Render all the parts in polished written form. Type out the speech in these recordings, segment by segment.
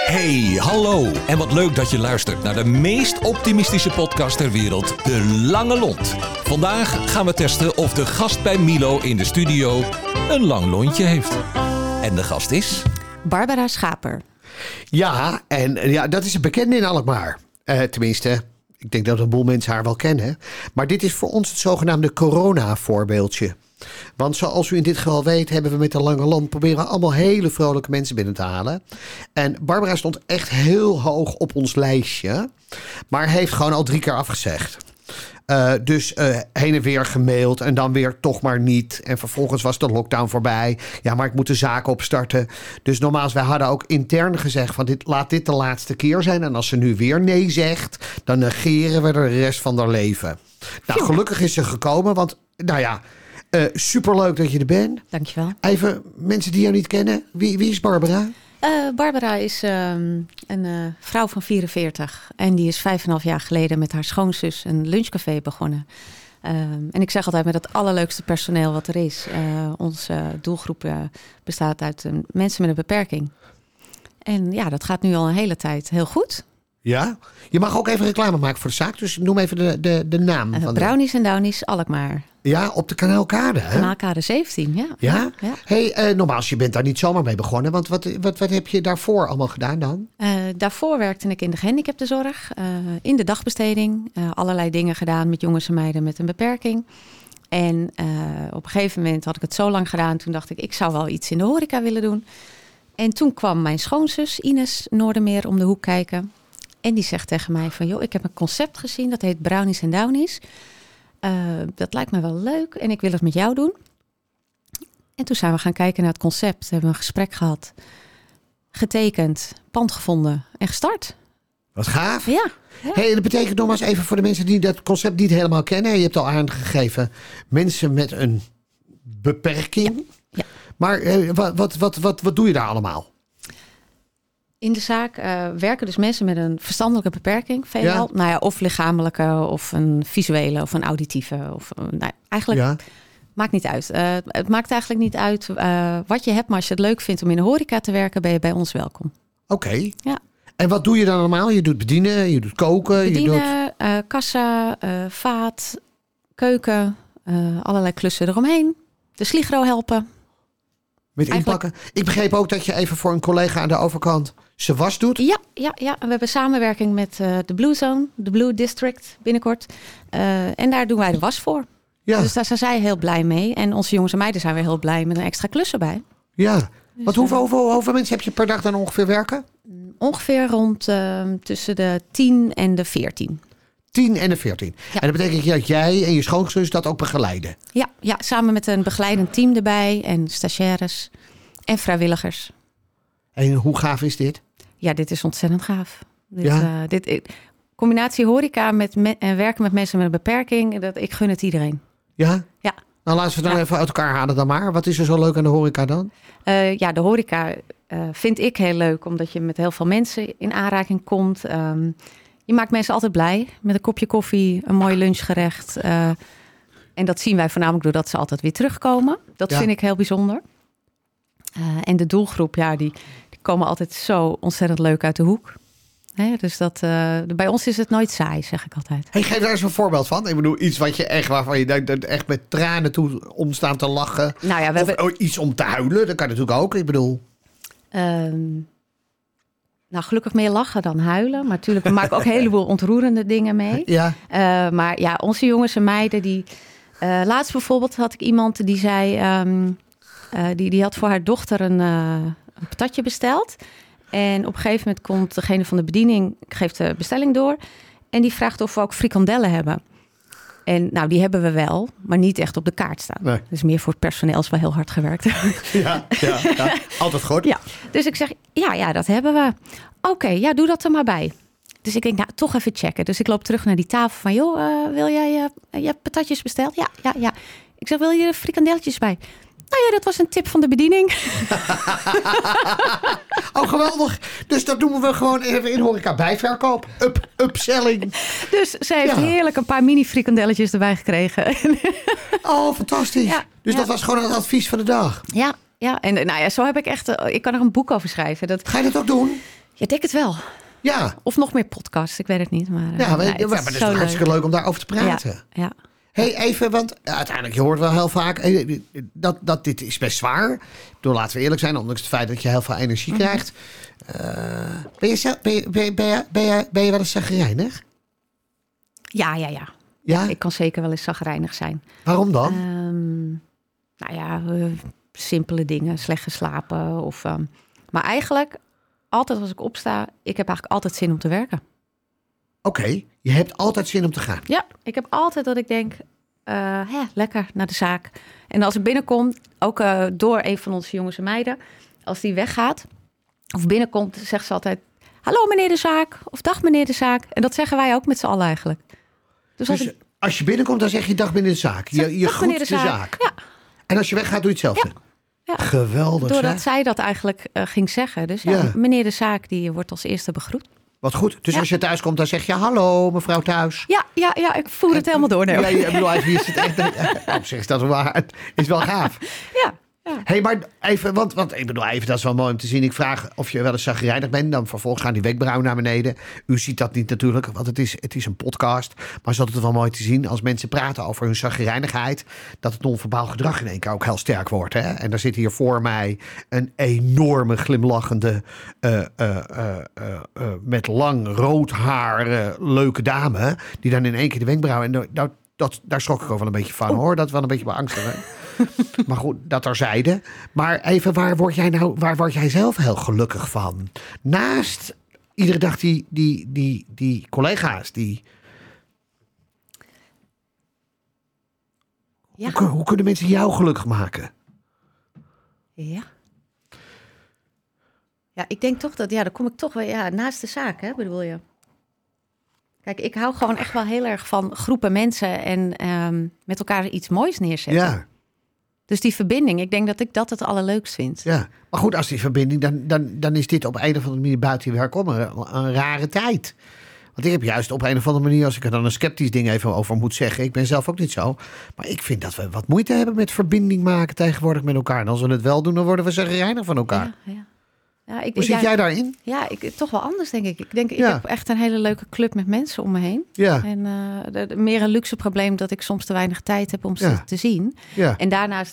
Hey, hallo. En wat leuk dat je luistert naar de meest optimistische podcast ter wereld, De Lange Lont. Vandaag gaan we testen of de gast bij Milo in de studio een lang lontje heeft. En de gast is... Barbara Schaper. Ja, en dat is een bekende in Alkmaar. Tenminste, ik denk dat een boel mensen haar wel kennen. Maar dit is voor ons het zogenaamde corona-voorbeeldje. Want zoals u in dit geval weet, hebben we met de Lange Lont proberen allemaal hele vrolijke mensen binnen te halen. En Barbara stond echt heel hoog op ons lijstje. Maar heeft gewoon al 3 keer afgezegd. Dus heen en weer gemaild en dan weer toch maar niet. En vervolgens was de lockdown voorbij. Ja, maar ik moet de zaken opstarten. Dus nogmaals, wij hadden ook intern gezegd van laat dit de laatste keer zijn. En als ze nu weer nee zegt, dan negeren we de rest van haar leven. Nou, gelukkig is ze gekomen, want superleuk dat je er bent. Dankjewel. Even mensen die jou niet kennen. Wie is Barbara? Barbara is een vrouw van 44. En die is 5,5 jaar geleden met haar schoonzus een lunchcafé begonnen. En ik zeg altijd met het allerleukste personeel wat er is. Onze doelgroep bestaat uit mensen met een beperking. En ja, dat gaat nu al een hele tijd heel goed. Ja? Je mag ook even reclame maken voor de zaak. Dus noem even de naam. Van Brownies en Downies Alkmaar. Ja, op de Kanaalkade. Hè? Kanaalkade 17, ja. Ja? Ja. Hey, nogmaals, je bent daar niet zomaar mee begonnen. Want wat heb je daarvoor allemaal gedaan dan? Daarvoor werkte ik in de gehandicaptenzorg. In de dagbesteding. Allerlei dingen gedaan met jongens en meiden met een beperking. En op een gegeven moment had ik het zo lang gedaan. Toen dacht ik zou wel iets in de horeca willen doen. En toen kwam mijn schoonzus Ines Noordermeer om de hoek kijken. En die zegt tegen mij van, joh, ik heb een concept gezien. Dat heet Brownies en Downies. Dat lijkt me wel leuk en ik wil het met jou doen. En toen zijn we gaan kijken naar het concept. We hebben een gesprek gehad. Getekend, pand gevonden en gestart. Wat gaaf. Ja. Hey, dat betekent nogmaals even voor de mensen die dat concept niet helemaal kennen. Je hebt al aangegeven, mensen met een beperking. Ja. Maar wat doe je daar allemaal? In de zaak werken dus mensen met een verstandelijke beperking. Veelal. Ja. Of lichamelijke, of een visuele, of een auditieve. Eigenlijk maakt niet uit. Het maakt eigenlijk niet uit wat je hebt. Maar als je het leuk vindt om in de horeca te werken, ben je bij ons welkom. Oké. Ja. En wat doe je dan allemaal? Je doet bedienen, je doet koken. Bedienen, kassa, vaat, keuken. Allerlei klussen eromheen. De sligro helpen. Met inpakken. Ik begreep ook dat je even voor een collega aan de overkant zijn was doet. Ja. We hebben samenwerking met de Blue Zone, de Blue District binnenkort. En daar doen wij de was voor. Ja. Dus daar zijn zij heel blij mee. En onze jongens en meiden zijn weer heel blij met een extra klus erbij. Ja. Dus, want hoeveel mensen heb je per dag dan ongeveer werken? Ongeveer rond tussen de 10 en de 14. 10 en de 14. Ja. En dat betekent dat jij en je schoonzus dat ook begeleiden? Ja, samen met een begeleidend team erbij. En stagiaires en vrijwilligers. En hoe gaaf is dit? Ja, dit is ontzettend gaaf. Combinatie horeca en werken met mensen met een beperking. Ik gun het iedereen. Ja? Ja. Nou, laten we het dan even uit elkaar halen dan maar. Wat is er zo leuk aan de horeca dan? De horeca vind ik heel leuk. Omdat je met heel veel mensen in aanraking komt. Je maakt mensen altijd blij. Met een kopje koffie, een mooi lunchgerecht. En dat zien wij voornamelijk doordat ze altijd weer terugkomen. Dat vind ik heel bijzonder. En de doelgroep, die komen altijd zo ontzettend leuk uit de hoek. Dus bij ons is het nooit saai, zeg ik altijd. Hey, geef daar eens een voorbeeld van. Ik bedoel, iets waarvan je echt met tranen toe omstaan te lachen. Of iets om te huilen, dat kan natuurlijk ook. Ik bedoel... gelukkig meer lachen dan huilen. Maar natuurlijk, we maken ook een heleboel ontroerende dingen mee. Ja. Maar onze jongens en meiden... laatst bijvoorbeeld had ik iemand die zei... die had voor haar dochter een patatje besteld. En op een gegeven moment komt degene van de bediening... geeft de bestelling door. En die vraagt of we ook frikandellen hebben. En die hebben we wel, maar niet echt op de kaart staan. Nee. Dus meer voor het personeel is wel heel hard gewerkt. Ja, altijd goed. Ja. Dus ik zeg, ja, dat hebben we. Oké, doe dat er maar bij. Dus ik denk, toch even checken. Dus ik loop terug naar die tafel van, joh, wil jij je patatjes besteld? Ja. Ik zeg, wil je er frikandelletjes bij? Nou ja, dat was een tip van de bediening. Oh, geweldig. Dus dat doen we gewoon even in horeca bijverkoop. Upselling. Dus ze heeft heerlijk een paar mini frikandelletjes erbij gekregen. Oh, fantastisch. Ja, dus dat was gewoon het advies van de dag. Ja. En zo heb ik echt... ik kan er een boek over schrijven. Ga je dat ook doen? Ik denk het wel. Ja. Of nog meer podcasts, ik weet het niet. Maar, Maar het is toch hartstikke leuk om daarover te praten. Ja. Hey, even, want uiteindelijk, je hoort wel heel vaak dat dit is best zwaar. Ik bedoel, laten we eerlijk zijn, ondanks het feit dat je heel veel energie krijgt. Ben je wel eens chagrijnig? Ja. Ja? Ik kan zeker wel eens chagrijnig zijn. Waarom dan? Simpele dingen, slecht geslapen. Maar eigenlijk, altijd als ik opsta, ik heb eigenlijk altijd zin om te werken. Oké, je hebt altijd zin om te gaan. Ja, ik heb altijd dat ik denk, lekker naar de zaak. En als ik binnenkom, ook door een van onze jongens en meiden, als die weggaat of binnenkomt, zegt ze altijd, hallo meneer de zaak of dag meneer de zaak. En dat zeggen wij ook met z'n allen eigenlijk. Dus als je binnenkomt, dan zeg je dag meneer de zaak. Je groet de zaak. Ja. En als je weggaat, doe je hetzelfde. Ja. Geweldig. Doordat zij dat eigenlijk ging zeggen. Dus meneer de zaak, die wordt als eerste begroet. Wat goed. Dus als je thuis komt, dan zeg je hallo mevrouw thuis. Ja, ik voer het helemaal door. Nee, ik bedoel, hier zit echt. Op zich is dat waar. Is wel gaaf. Ja. Hey, maar even, want ik bedoel even, dat is wel mooi om te zien. Ik vraag of je wel eens chagrijnig bent. Dan vervolgens gaan die wenkbrauwen naar beneden. U ziet dat niet natuurlijk, want het is een podcast. Maar het is altijd wel mooi te zien als mensen praten over hun chagrijnigheid, dat het non-verbaal gedrag in één keer ook heel sterk wordt. Hè? En daar zit hier voor mij een enorme glimlachende, met lang rood haar, leuke dame. Die dan in één keer de wenkbrauwen. En daar schrok ik ook wel een beetje van, hoor. Dat is wel een beetje beangstigend. Maar goed, dat terzijde. Maar even, waar word jij zelf heel gelukkig van? Naast iedere dag die collega's, die... Ja. Hoe kunnen mensen jou gelukkig maken? Ja. Ja, ik denk toch dat, dan kom ik toch weer, naast de zaak, hè, bedoel je. Kijk, ik hou gewoon echt wel heel erg van groepen mensen en met elkaar iets moois neerzetten. Ja. Dus die verbinding, ik denk dat ik dat het allerleukst vind. Ja, maar goed, als die verbinding, dan is dit op een of andere manier buiten je werk om een rare tijd. Want ik heb juist op een of andere manier, als ik er dan een sceptisch ding even over moet zeggen, ik ben zelf ook niet zo, maar ik vind dat we wat moeite hebben met verbinding maken tegenwoordig met elkaar. En als we het wel doen, dan worden we chagrijnig van elkaar. Ja. Hoe zit jij daarin? Ja, toch wel anders, denk ik. Ik heb echt een hele leuke club met mensen om me heen. Ja. En meer een luxe probleem dat ik soms te weinig tijd heb om ze te zien. Ja. En daarnaast,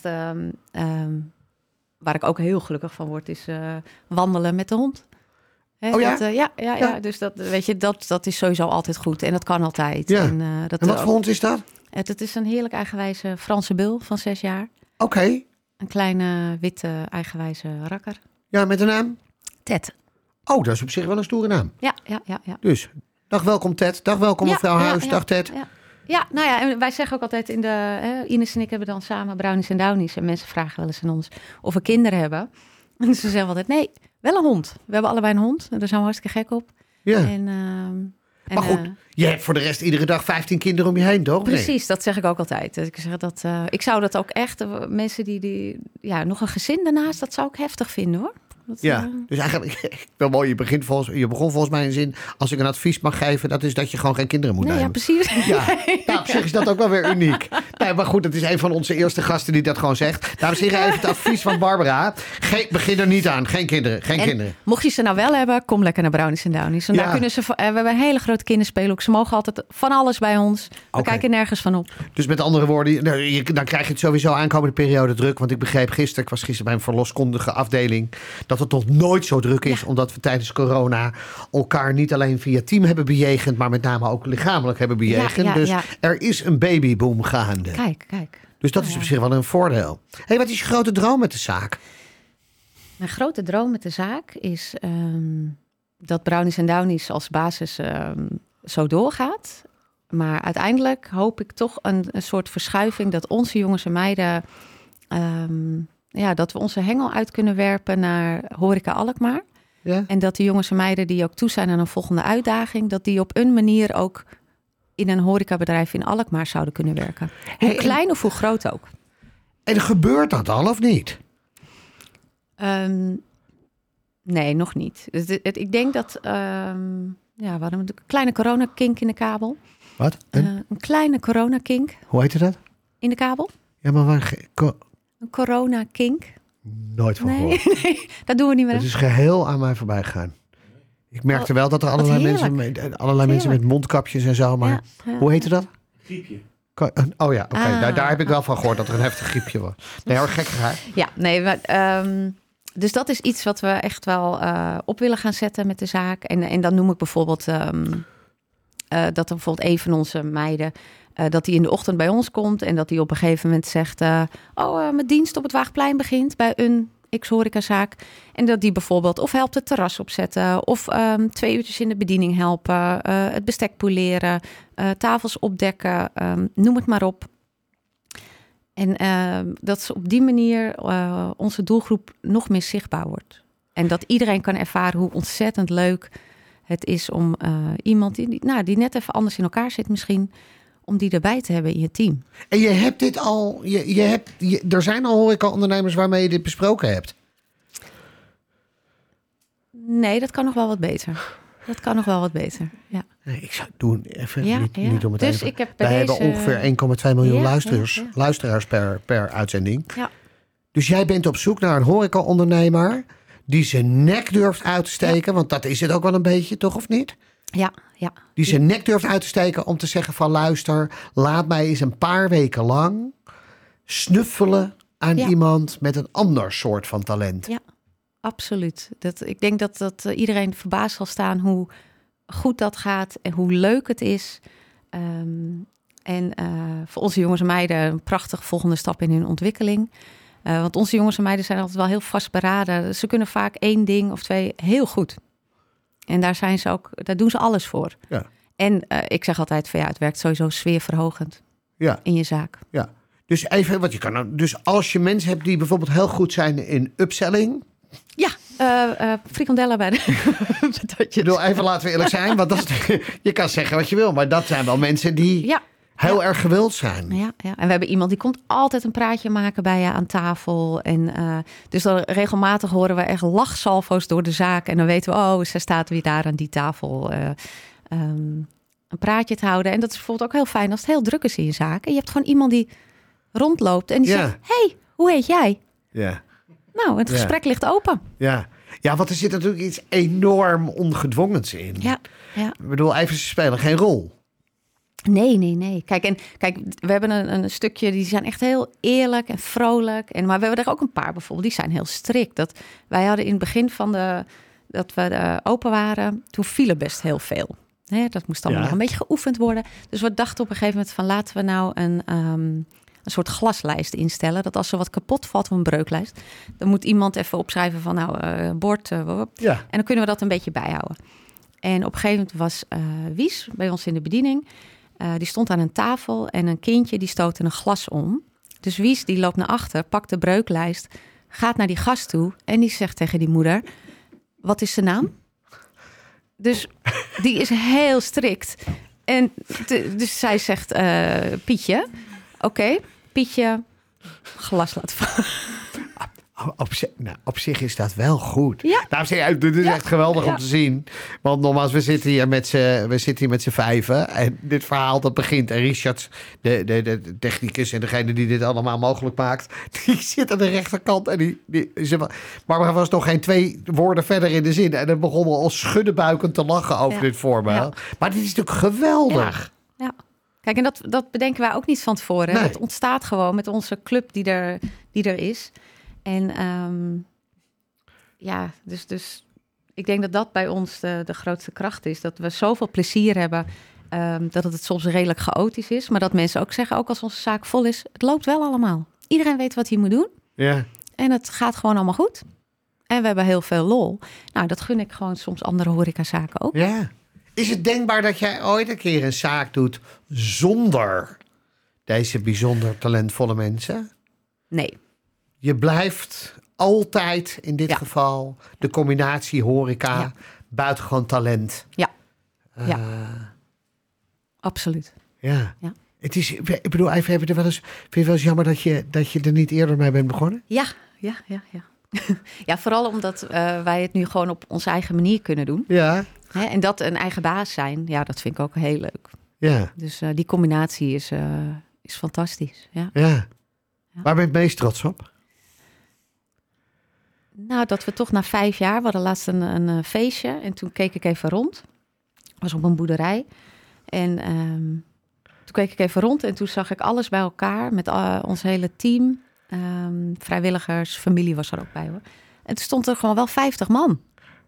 waar ik ook heel gelukkig van word, is wandelen met de hond. Hè, oh ja? Ja. Dus dat, weet je, dat is sowieso altijd goed. En dat kan altijd. Ja. En wat voor hond is dat? Het is een heerlijk eigenwijze Franse bul van 6 jaar. Oké. Een kleine, witte, eigenwijze rakker. Ja, met een naam? Ted. Oh, dat is op zich wel een stoere naam. Ja. Dus, dag welkom Ted. Dag welkom mevrouw Huis. Dag Ted. Ja, nou ja, en wij zeggen ook altijd Ines en ik hebben dan samen brownies en downies. En mensen vragen wel eens aan ons of we kinderen hebben. En ze zeggen altijd, nee, wel een hond. We hebben allebei een hond. Daar zijn we hartstikke gek op. Ja. Maar goed, je hebt voor de rest iedere dag 15 kinderen om je heen, toch? Precies, dat zeg ik ook altijd. Ik zou dat ook echt, mensen die nog een gezin daarnaast, dat zou ik heftig vinden, hoor. Dus eigenlijk, wel mooi, je begon volgens mij een zin, als ik een advies mag geven, dat is dat je gewoon geen kinderen moet nemen. Ja, precies. Ja, op zich is dat ook wel weer uniek. Nee, maar goed, het is een van onze eerste gasten die dat gewoon zegt. Dames en heren, even het advies van Barbara. Begin er niet aan, geen kinderen. Mocht je ze nou wel hebben, kom lekker naar Brownies en Downies. En daar kunnen ze, we hebben een hele grote kinderspeelhoek. Ze mogen altijd van alles bij ons. We kijken nergens van op. Dus met andere woorden, dan krijg je het sowieso aankomende periode druk. Want ik begreep ik was gisteren bij een verloskundige afdeling, dat het nog nooit zo druk is, omdat we tijdens corona elkaar niet alleen via team hebben bejegend, maar met name ook lichamelijk hebben bejegend. Er is een babyboom gaande. Kijk. Dus dat is op zich wel een voordeel. Hey, wat is je grote droom met de zaak? Mijn grote droom met de zaak is dat Brownies en Downies als basis zo doorgaat. Maar uiteindelijk hoop ik toch een soort verschuiving dat onze jongens en meiden, dat we onze hengel uit kunnen werpen naar Horeca Alkmaar. Ja. En dat de jongens en meiden die ook toe zijn aan een volgende uitdaging, dat die op een manier ook in een horecabedrijf in Alkmaar zouden kunnen werken. Hoe klein of hoe groot ook. En gebeurt dat al of niet? Nee, nog niet. Ik denk dat we hadden een kleine coronakink in de kabel. Wat? Een kleine coronakink. Hoe heette dat? In de kabel. Ja, maar waar... Een coronakink. Nooit van gehoord. Nee, dat doen we niet meer. Het is geheel aan mij voorbij gegaan. Ik merkte wel dat er allerlei mensen met mondkapjes en zo, maar hoe heette dat? Griepje. Oh ja, oké. Daar heb ik wel van gehoord dat er een heftig griepje was. Nee, hoor, gekkigheid. Ja, nee, maar, dus dat is iets wat we echt wel op willen gaan zetten met de zaak. En dan noem ik bijvoorbeeld dat er bijvoorbeeld een van onze meiden, dat die in de ochtend bij ons komt en dat die op een gegeven moment zegt, mijn dienst op het Waagplein begint bij een X-horecazaak. En dat die bijvoorbeeld of helpt het terras opzetten of 2 uurtjes in de bediening helpen, het bestek poleren, tafels opdekken, noem het maar op. En dat ze op die manier onze doelgroep nog meer zichtbaar wordt. En dat iedereen kan ervaren hoe ontzettend leuk het is om iemand die net even anders in elkaar zit misschien, om die erbij te hebben in je team. En je hebt dit al, er zijn al horeca-ondernemers waarmee je dit besproken hebt. Nee, dat kan nog wel wat beter. Ja. Nee, ik zou het doen. Even niet om het dus even. Ik heb Wij deze... hebben ongeveer 1,2 miljoen luisteraars per uitzending. Ja. Dus jij bent op zoek naar een horeca-ondernemer die zijn nek durft uit te steken. Want dat is het ook wel een beetje, toch of niet? Ja. Die zijn nek durft uit te steken om te zeggen van luister, laat mij eens een paar weken lang snuffelen aan iemand met een ander soort van talent. Ja, absoluut. Ik denk dat iedereen verbaasd zal staan hoe goed dat gaat en hoe leuk het is. En voor onze jongens en meiden een prachtig volgende stap in hun ontwikkeling. Want onze jongens en meiden zijn altijd wel heel vastberaden. Ze kunnen vaak 1 ding of 2 heel goed. En daar doen ze alles voor. Ja. En ik zeg altijd van het werkt sowieso sfeerverhogend in je zaak. Ja. Dus even wat je kan. Dus als je mensen hebt die bijvoorbeeld heel goed zijn in upselling. Ja, frikandellen bij de patatjes. Ik bedoel, even laten we eerlijk zijn. Want je kan zeggen wat je wil, maar dat zijn wel mensen die heel erg gewild zijn. Ja. En we hebben iemand die komt altijd een praatje maken bij je aan tafel. En dus dan regelmatig horen we echt lachsalvo's door de zaak. En dan weten we, ze staat weer daar aan die tafel een praatje te houden. En dat is bijvoorbeeld ook heel fijn als het heel druk is in je zaak. En je hebt gewoon iemand die rondloopt en die zegt, hey, hoe heet jij? Ja. Nou, het gesprek ligt open. Ja, want er zit natuurlijk iets enorm ongedwongens in. Ja. Ik bedoel, even ze spelen geen rol. Nee. Kijk, we hebben een stukje, die zijn echt heel eerlijk en vrolijk. Maar we hebben er ook een paar bijvoorbeeld, die zijn heel strikt. Wij hadden in het begin dat we open waren, toen vielen best heel veel. Dat moest allemaal nog een beetje geoefend worden. Dus we dachten op een gegeven moment van laten we nou een soort glaslijst instellen. Dat als er wat kapot valt, of een breuklijst, dan moet iemand even opschrijven van bord. En dan kunnen we dat een beetje bijhouden. En op een gegeven moment was Wies bij ons in de bediening. Die stond aan een tafel en een kindje die stootte een glas om. Dus Wies die loopt naar achter, pakt de breuklijst, gaat naar die gast toe en die zegt tegen die moeder, wat is zijn naam? Dus die is heel strikt. En dus zij zegt, Pietje. Oké, Pietje, glas laten vallen. Op zich is dat wel goed. Ja. Nou, dit is echt geweldig om te zien. Want nogmaals, we zitten hier met z'n 5. En dit verhaal dat begint. En Richard, de technicus en degene die dit allemaal mogelijk maakt, die zit aan de rechterkant. En maar er was nog geen 2 woorden verder in de zin. En dan begonnen we al schuddenbuikend te lachen over dit voorbeeld. Ja. Maar dit is natuurlijk geweldig. Ja. Kijk, en dat bedenken wij ook niet van tevoren. Nee. Het ontstaat gewoon met onze club die er is. En dus ik denk dat bij ons de grootste kracht is. Dat we zoveel plezier hebben, dat het soms redelijk chaotisch is. Maar dat mensen ook zeggen, ook als onze zaak vol is, het loopt wel allemaal. Iedereen weet wat hij moet doen. Ja. En het gaat gewoon allemaal goed. En we hebben heel veel lol. Nou, dat gun ik gewoon soms andere horecazaken ook. Ja. Is het denkbaar dat jij ooit een keer een zaak doet zonder deze bijzonder talentvolle mensen? Nee. Je blijft altijd in dit geval de combinatie horeca, buitengewoon talent. Ja. Absoluut. Ja. Het is, ik bedoel, even heb je er wel eens, vind je wel eens jammer dat je er niet eerder mee bent begonnen? Ja. Ja, vooral omdat wij het nu gewoon op onze eigen manier kunnen doen. Ja. En dat een eigen baas zijn, dat vind ik ook heel leuk. Ja. Dus die combinatie is fantastisch. Ja. Waar ben je het meest trots op? Nou, dat we toch na 5 jaar, we hadden laatst een feestje en toen keek ik even rond. Was op een boerderij en toen keek ik even rond en toen zag ik alles bij elkaar met ons hele team. Vrijwilligers, familie was er ook bij hoor. En toen stond er gewoon wel 50 man.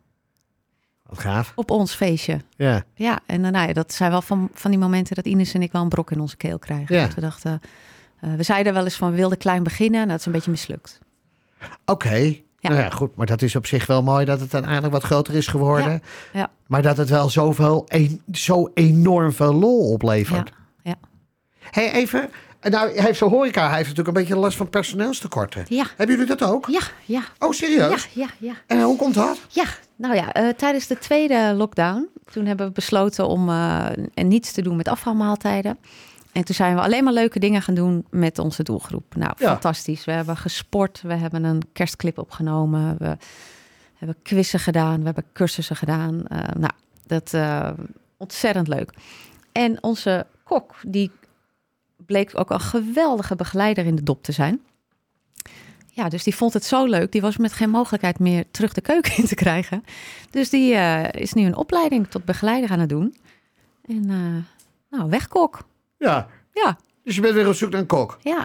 Wat gaaf. Op ons feestje. Ja. Ja, en nou ja, dat zijn wel van die momenten dat Ines en ik wel een brok in onze keel krijgen. Ja. Dat we dachten, we zeiden wel eens van we wilden klein beginnen. En dat is een beetje mislukt. Oké. Ja. Nou ja, goed. Maar dat is op zich wel mooi dat het uiteindelijk wat groter is geworden. Ja. Maar dat het wel zo enorm veel lol oplevert. Ja. Hey, even... Nou, hij heeft zo'n horeca. Hij heeft natuurlijk een beetje last van personeelstekorten. Ja. Hebben jullie dat ook? Ja. Oh, serieus? Ja. En hoe komt dat? Ja, nou ja, tijdens de tweede lockdown, toen hebben we besloten om niets te doen met afvalmaaltijden. En toen zijn we alleen maar leuke dingen gaan doen met onze doelgroep. Nou, fantastisch. We hebben gesport, we hebben een kerstclip opgenomen, we hebben quizzen gedaan, we hebben cursussen gedaan. Nou, dat ontzettend leuk. En onze kok, die bleek ook een geweldige begeleider in de dop te zijn. Ja, dus die vond het zo leuk. Die was met geen mogelijkheid meer terug de keuken in te krijgen. Dus die is nu een opleiding tot begeleider aan het doen. En nou, wegkok. Ja. Ja. Dus je bent weer op zoek naar een kok. Ja.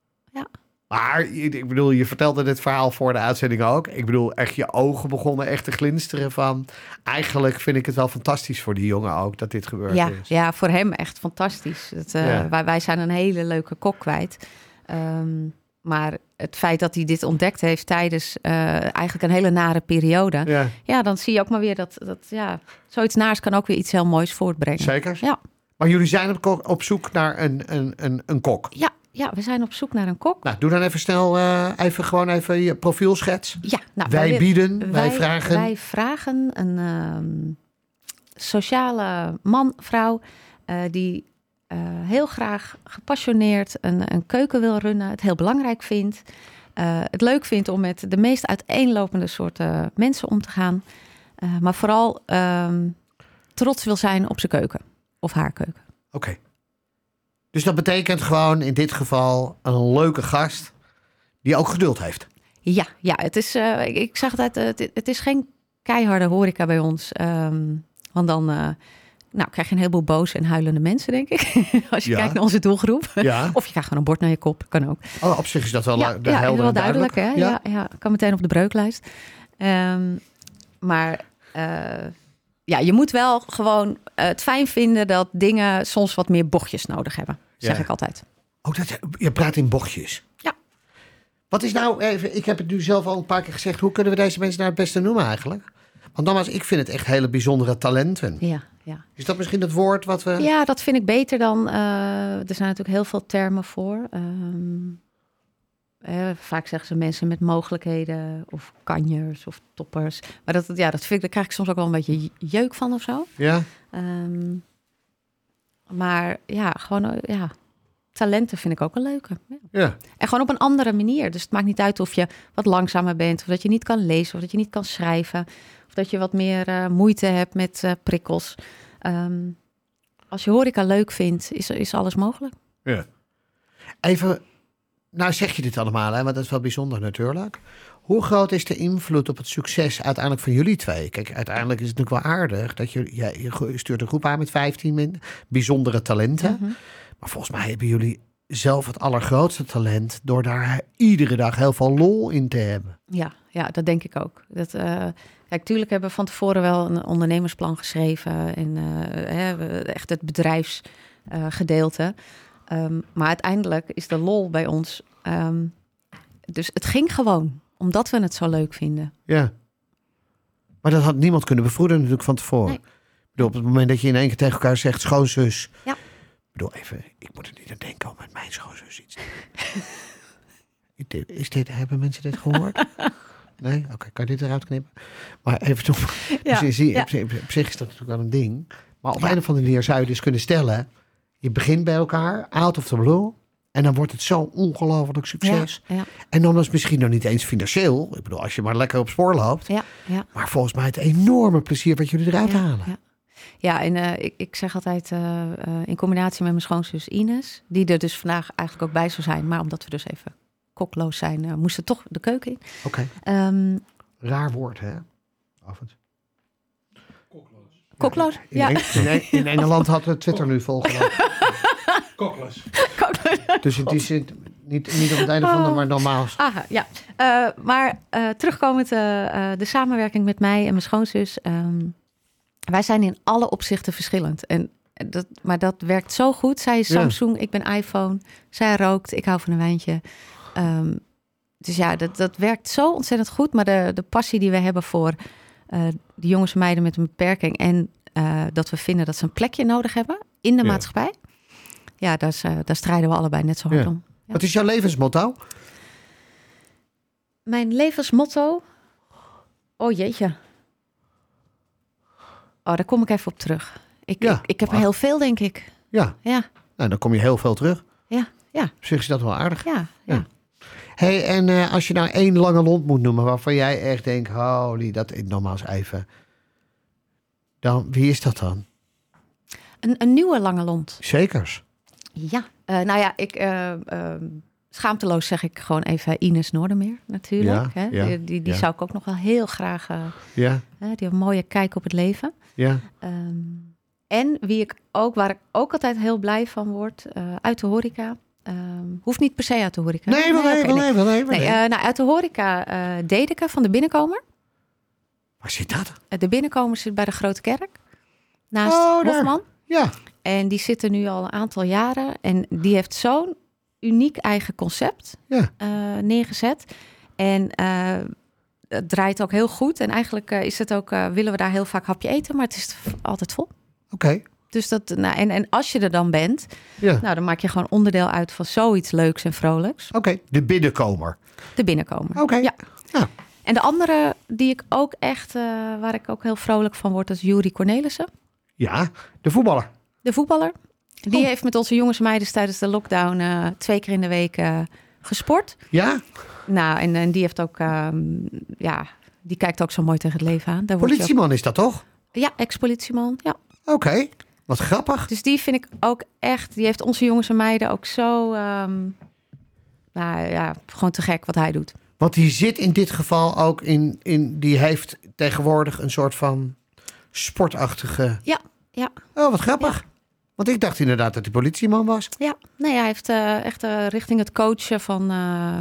Maar ik bedoel, je vertelde dit verhaal voor de uitzending ook. Ik bedoel, echt je ogen begonnen echt te glinsteren van... Eigenlijk vind ik het wel fantastisch voor die jongen ook dat dit gebeurd is. Ja, voor hem echt fantastisch. Wij zijn een hele leuke kok kwijt. Maar het feit dat hij dit ontdekt heeft tijdens eigenlijk een hele nare periode... Ja, dan zie je ook maar weer dat zoiets naars kan ook weer iets heel moois voortbrengen. Zeker? Ja. Maar jullie zijn op zoek naar een kok? Ja, we zijn op zoek naar een kok. Nou, doe dan even snel even je profielschets. Ja, nou, wij vragen... Wij vragen een sociale man, vrouw... die heel graag gepassioneerd een keuken wil runnen. Het heel belangrijk vindt. Het leuk vindt om met de meest uiteenlopende soorten mensen om te gaan. Maar vooral trots wil zijn op zijn keuken. Of haar keuken. Oké. Dus dat betekent gewoon in dit geval een leuke gast die ook geduld heeft. Ja, het is, ik zeg altijd, het is geen keiharde horeca bij ons. Want dan krijg je een heleboel boze en huilende mensen, denk ik. Als je kijkt naar onze doelgroep. Ja. Of je krijgt gewoon een bord naar je kop, kan ook. Oh, op zich is dat wel helder wel en duidelijk. Hè? Ja, kan meteen op de breuklijst. Maar je moet wel gewoon het fijn vinden dat dingen soms wat meer bochtjes nodig hebben. Zeg ik altijd. Oh, je praat in bochtjes. Ja. Wat is nou even, ik heb het nu zelf al een paar keer gezegd. Hoe kunnen we deze mensen nou het beste noemen eigenlijk? Want nogmaals, ik vind het echt hele bijzondere talenten. Ja. Is dat misschien het woord wat we... Ja, dat vind ik beter dan... er zijn natuurlijk heel veel termen voor. Vaak zeggen ze mensen met mogelijkheden of kanjers of toppers. Maar dat daar krijg ik soms ook wel een beetje jeuk van of zo. Ja. Maar gewoon talenten vind ik ook een leuke. Ja. En gewoon op een andere manier. Dus het maakt niet uit of je wat langzamer bent, of dat je niet kan lezen, of dat je niet kan schrijven, of dat je wat meer moeite hebt met prikkels. Als je horeca leuk vindt, is alles mogelijk. Ja. Even, nou zeg je dit allemaal, hè, want dat is wel bijzonder natuurlijk. Hoe groot is de invloed op het succes uiteindelijk van jullie twee? Kijk, uiteindelijk is het natuurlijk wel aardig dat je stuurt een groep aan met 15 bijzondere talenten. Mm-hmm. Maar volgens mij hebben jullie zelf het allergrootste talent door daar iedere dag heel veel lol in te hebben. Ja, dat denk ik ook. Kijk, tuurlijk hebben we van tevoren wel een ondernemersplan geschreven en echt het bedrijfsgedeelte. Maar uiteindelijk is de lol bij ons. Dus het ging gewoon, omdat we het zo leuk vinden. Ja. Maar dat had niemand kunnen bevroeden natuurlijk van tevoren. Nee. Ik bedoel, op het moment dat je in één keer tegen elkaar zegt schoonzus. Ja. Ik bedoel even, ik moet er niet aan denken om met mijn schoonzus iets te doen. Hebben mensen dit gehoord? Nee? Oké, kan je dit eruit knippen? Maar even toch. Ja. Op zich is dat natuurlijk wel een ding. Maar op een of andere manier zou je dus kunnen stellen. Je begint bij elkaar, out of the blue. En dan wordt het zo ongelooflijk succes. Ja. En dan is het misschien nog niet eens financieel. Ik bedoel, als je maar lekker op spoor loopt. Ja. Maar volgens mij het enorme plezier wat jullie eruit halen. Ja, en ik zeg altijd in combinatie met mijn schoonzus Ines. Die er dus vandaag eigenlijk ook bij zou zijn. Maar omdat we dus even kokloos zijn, moesten toch de keuken in. Oké. Raar woord, hè? Af en toe. Kokloos? Ja. In Engeland had Twitter nu volgenomen. Kokloos. Dus het is niet op het einde van de, maar normaal. Aha, ja. Maar terugkomend de samenwerking met mij en mijn schoonzus. Wij zijn in alle opzichten verschillend. Maar dat werkt zo goed. Zij is Samsung, ik ben iPhone. Zij rookt, ik hou van een wijntje. Dus ja, dat werkt zo ontzettend goed. Maar de passie die we hebben voor de jongens en meiden met een beperking... en dat we vinden dat ze een plekje nodig hebben in de maatschappij... ja, daar strijden we allebei net zo hard om. Ja. Wat is jouw levensmotto? Mijn levensmotto? Oh jeetje. Oh, daar kom ik even op terug. Ik heb er heel veel, denk ik. Ja. Nou, dan kom je heel veel terug. Ja. Op zich is dat wel aardig. Ja. Hey, en als je nou 1 lange lont moet noemen... waarvan jij echt denkt... holy, dat is nogmaals even... dan, wie is dat dan? Een nieuwe lange lont. Zekers. Ja. Nou ja, schaamteloos zeg ik gewoon even Ines Noordermeer natuurlijk. Ja, hè? Die zou ik ook nog wel heel graag... die heeft een mooie kijk op het leven. Ja. En waar ik ook altijd heel blij van word... uit de horeca... hoeft niet per se uit de horeca. Nee. Uit de horeca Dedeke van de Binnenkomer. Waar zit dat? De Binnenkomer zit bij de Grote Kerk. Naast Hofman. Ja. En die zit er nu al een aantal jaren. En die heeft zo'n uniek eigen concept neergezet. En het draait ook heel goed. En eigenlijk is het ook, willen we daar heel vaak hapje eten. Maar het is altijd vol. Oké. Dus dat, en als je er dan bent, dan maak je gewoon onderdeel uit van zoiets leuks en vrolijks. Oké, de Binnenkomer. De Binnenkomer. Oké. Ja. Ja. En de andere die ik ook echt, waar ik ook heel vrolijk van word, is Juri Cornelissen. Ja, de voetballer. De voetballer. Die heeft met onze jongens en meiden tijdens de lockdown 2 keer in de week gesport. Ja? Nou, en die heeft ook, die kijkt ook zo mooi tegen het leven aan. Daar Politieman is dat toch? Ja, ex-politieman, ja. Oké, wat grappig. Dus die vind ik ook echt, die heeft onze jongens en meiden ook zo, gewoon te gek wat hij doet. Want die zit in dit geval ook die heeft tegenwoordig een soort van sportachtige... Ja. Oh, wat grappig. Ja. Want ik dacht inderdaad dat hij politieman was. Ja, nee, hij heeft echt richting het coachen van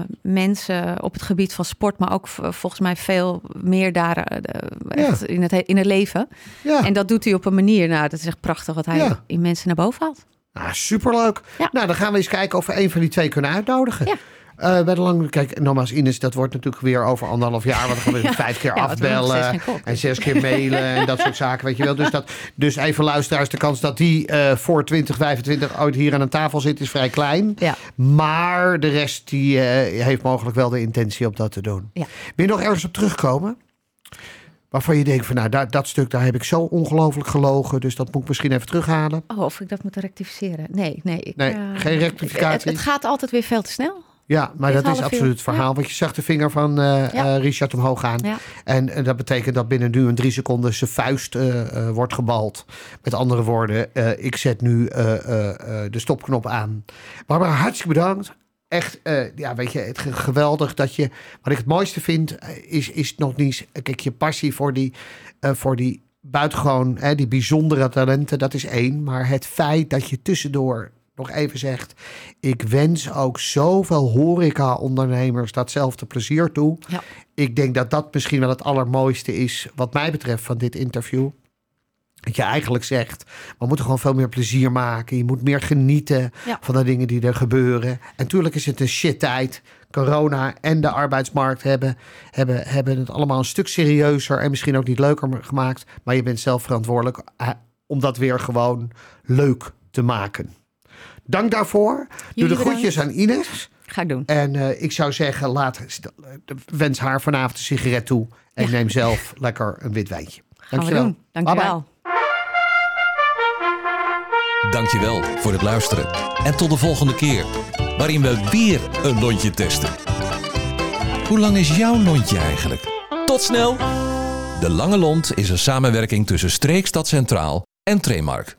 mensen op het gebied van sport, maar ook volgens mij veel meer daar echt in het leven. Ja. En dat doet hij op een manier, dat is echt prachtig wat hij in mensen naar boven haalt. Ah, superleuk. Ja. Nou, dan gaan we eens kijken of we een van die 2 kunnen uitnodigen. Ja. Bij de lange, kijk, nogmaals, Ines, dat wordt natuurlijk weer over 1,5 jaar. Want dan gaan we 5 keer afbellen en 6 keer mailen en dat soort zaken, weet je wel. Dus even luisteraars, de kans dat die voor 2025 ooit hier aan een tafel zit is vrij klein. Ja. Maar de rest die heeft mogelijk wel de intentie om dat te doen. Ja. Wil je nog ergens op terugkomen? Waarvan je denkt van, nou, dat stuk, daar heb ik zo ongelooflijk gelogen. Dus dat moet ik misschien even terughalen. Oh, of ik dat moet rectificeren. Nee. Geen rectificatie. Het gaat altijd weer veel te snel. Ja, maar dat is absoluut het verhaal. Want je zag de vinger van Richard omhoog gaan. Ja. En dat betekent dat binnen nu 3 seconden zijn vuist wordt gebald. Met andere woorden, ik zet nu de stopknop aan. Barbara, hartstikke bedankt. Echt, weet je, het geweldig dat je... Wat ik het mooiste vind, is nog niet... Kijk, je passie voor die buitengewoon, die bijzondere talenten, dat is 1. Maar het feit dat je tussendoor nog even zegt, ik wens ook zoveel horeca-ondernemers datzelfde plezier toe. Ja. Ik denk dat dat misschien wel het allermooiste is, wat mij betreft, van dit interview. Dat je eigenlijk zegt, we moeten gewoon veel meer plezier maken. Je moet meer genieten van de dingen die er gebeuren. En natuurlijk is het een shit-tijd. Corona en de arbeidsmarkt hebben het allemaal een stuk serieuzer en misschien ook niet leuker gemaakt. Maar je bent zelf verantwoordelijk om dat weer gewoon leuk te maken. Dank daarvoor. Doe de groetjes aan Ines. Ga ik doen. En ik zou zeggen, wens haar vanavond een sigaret toe. En neem zelf lekker een wit wijntje. Dankjewel. Dankjewel. Dankjewel voor het luisteren. En tot de volgende keer, waarin we weer een lontje testen. Hoe lang is jouw lontje eigenlijk? Tot snel! De Lange Lont is een samenwerking tussen Streekstad Centraal en Tremark.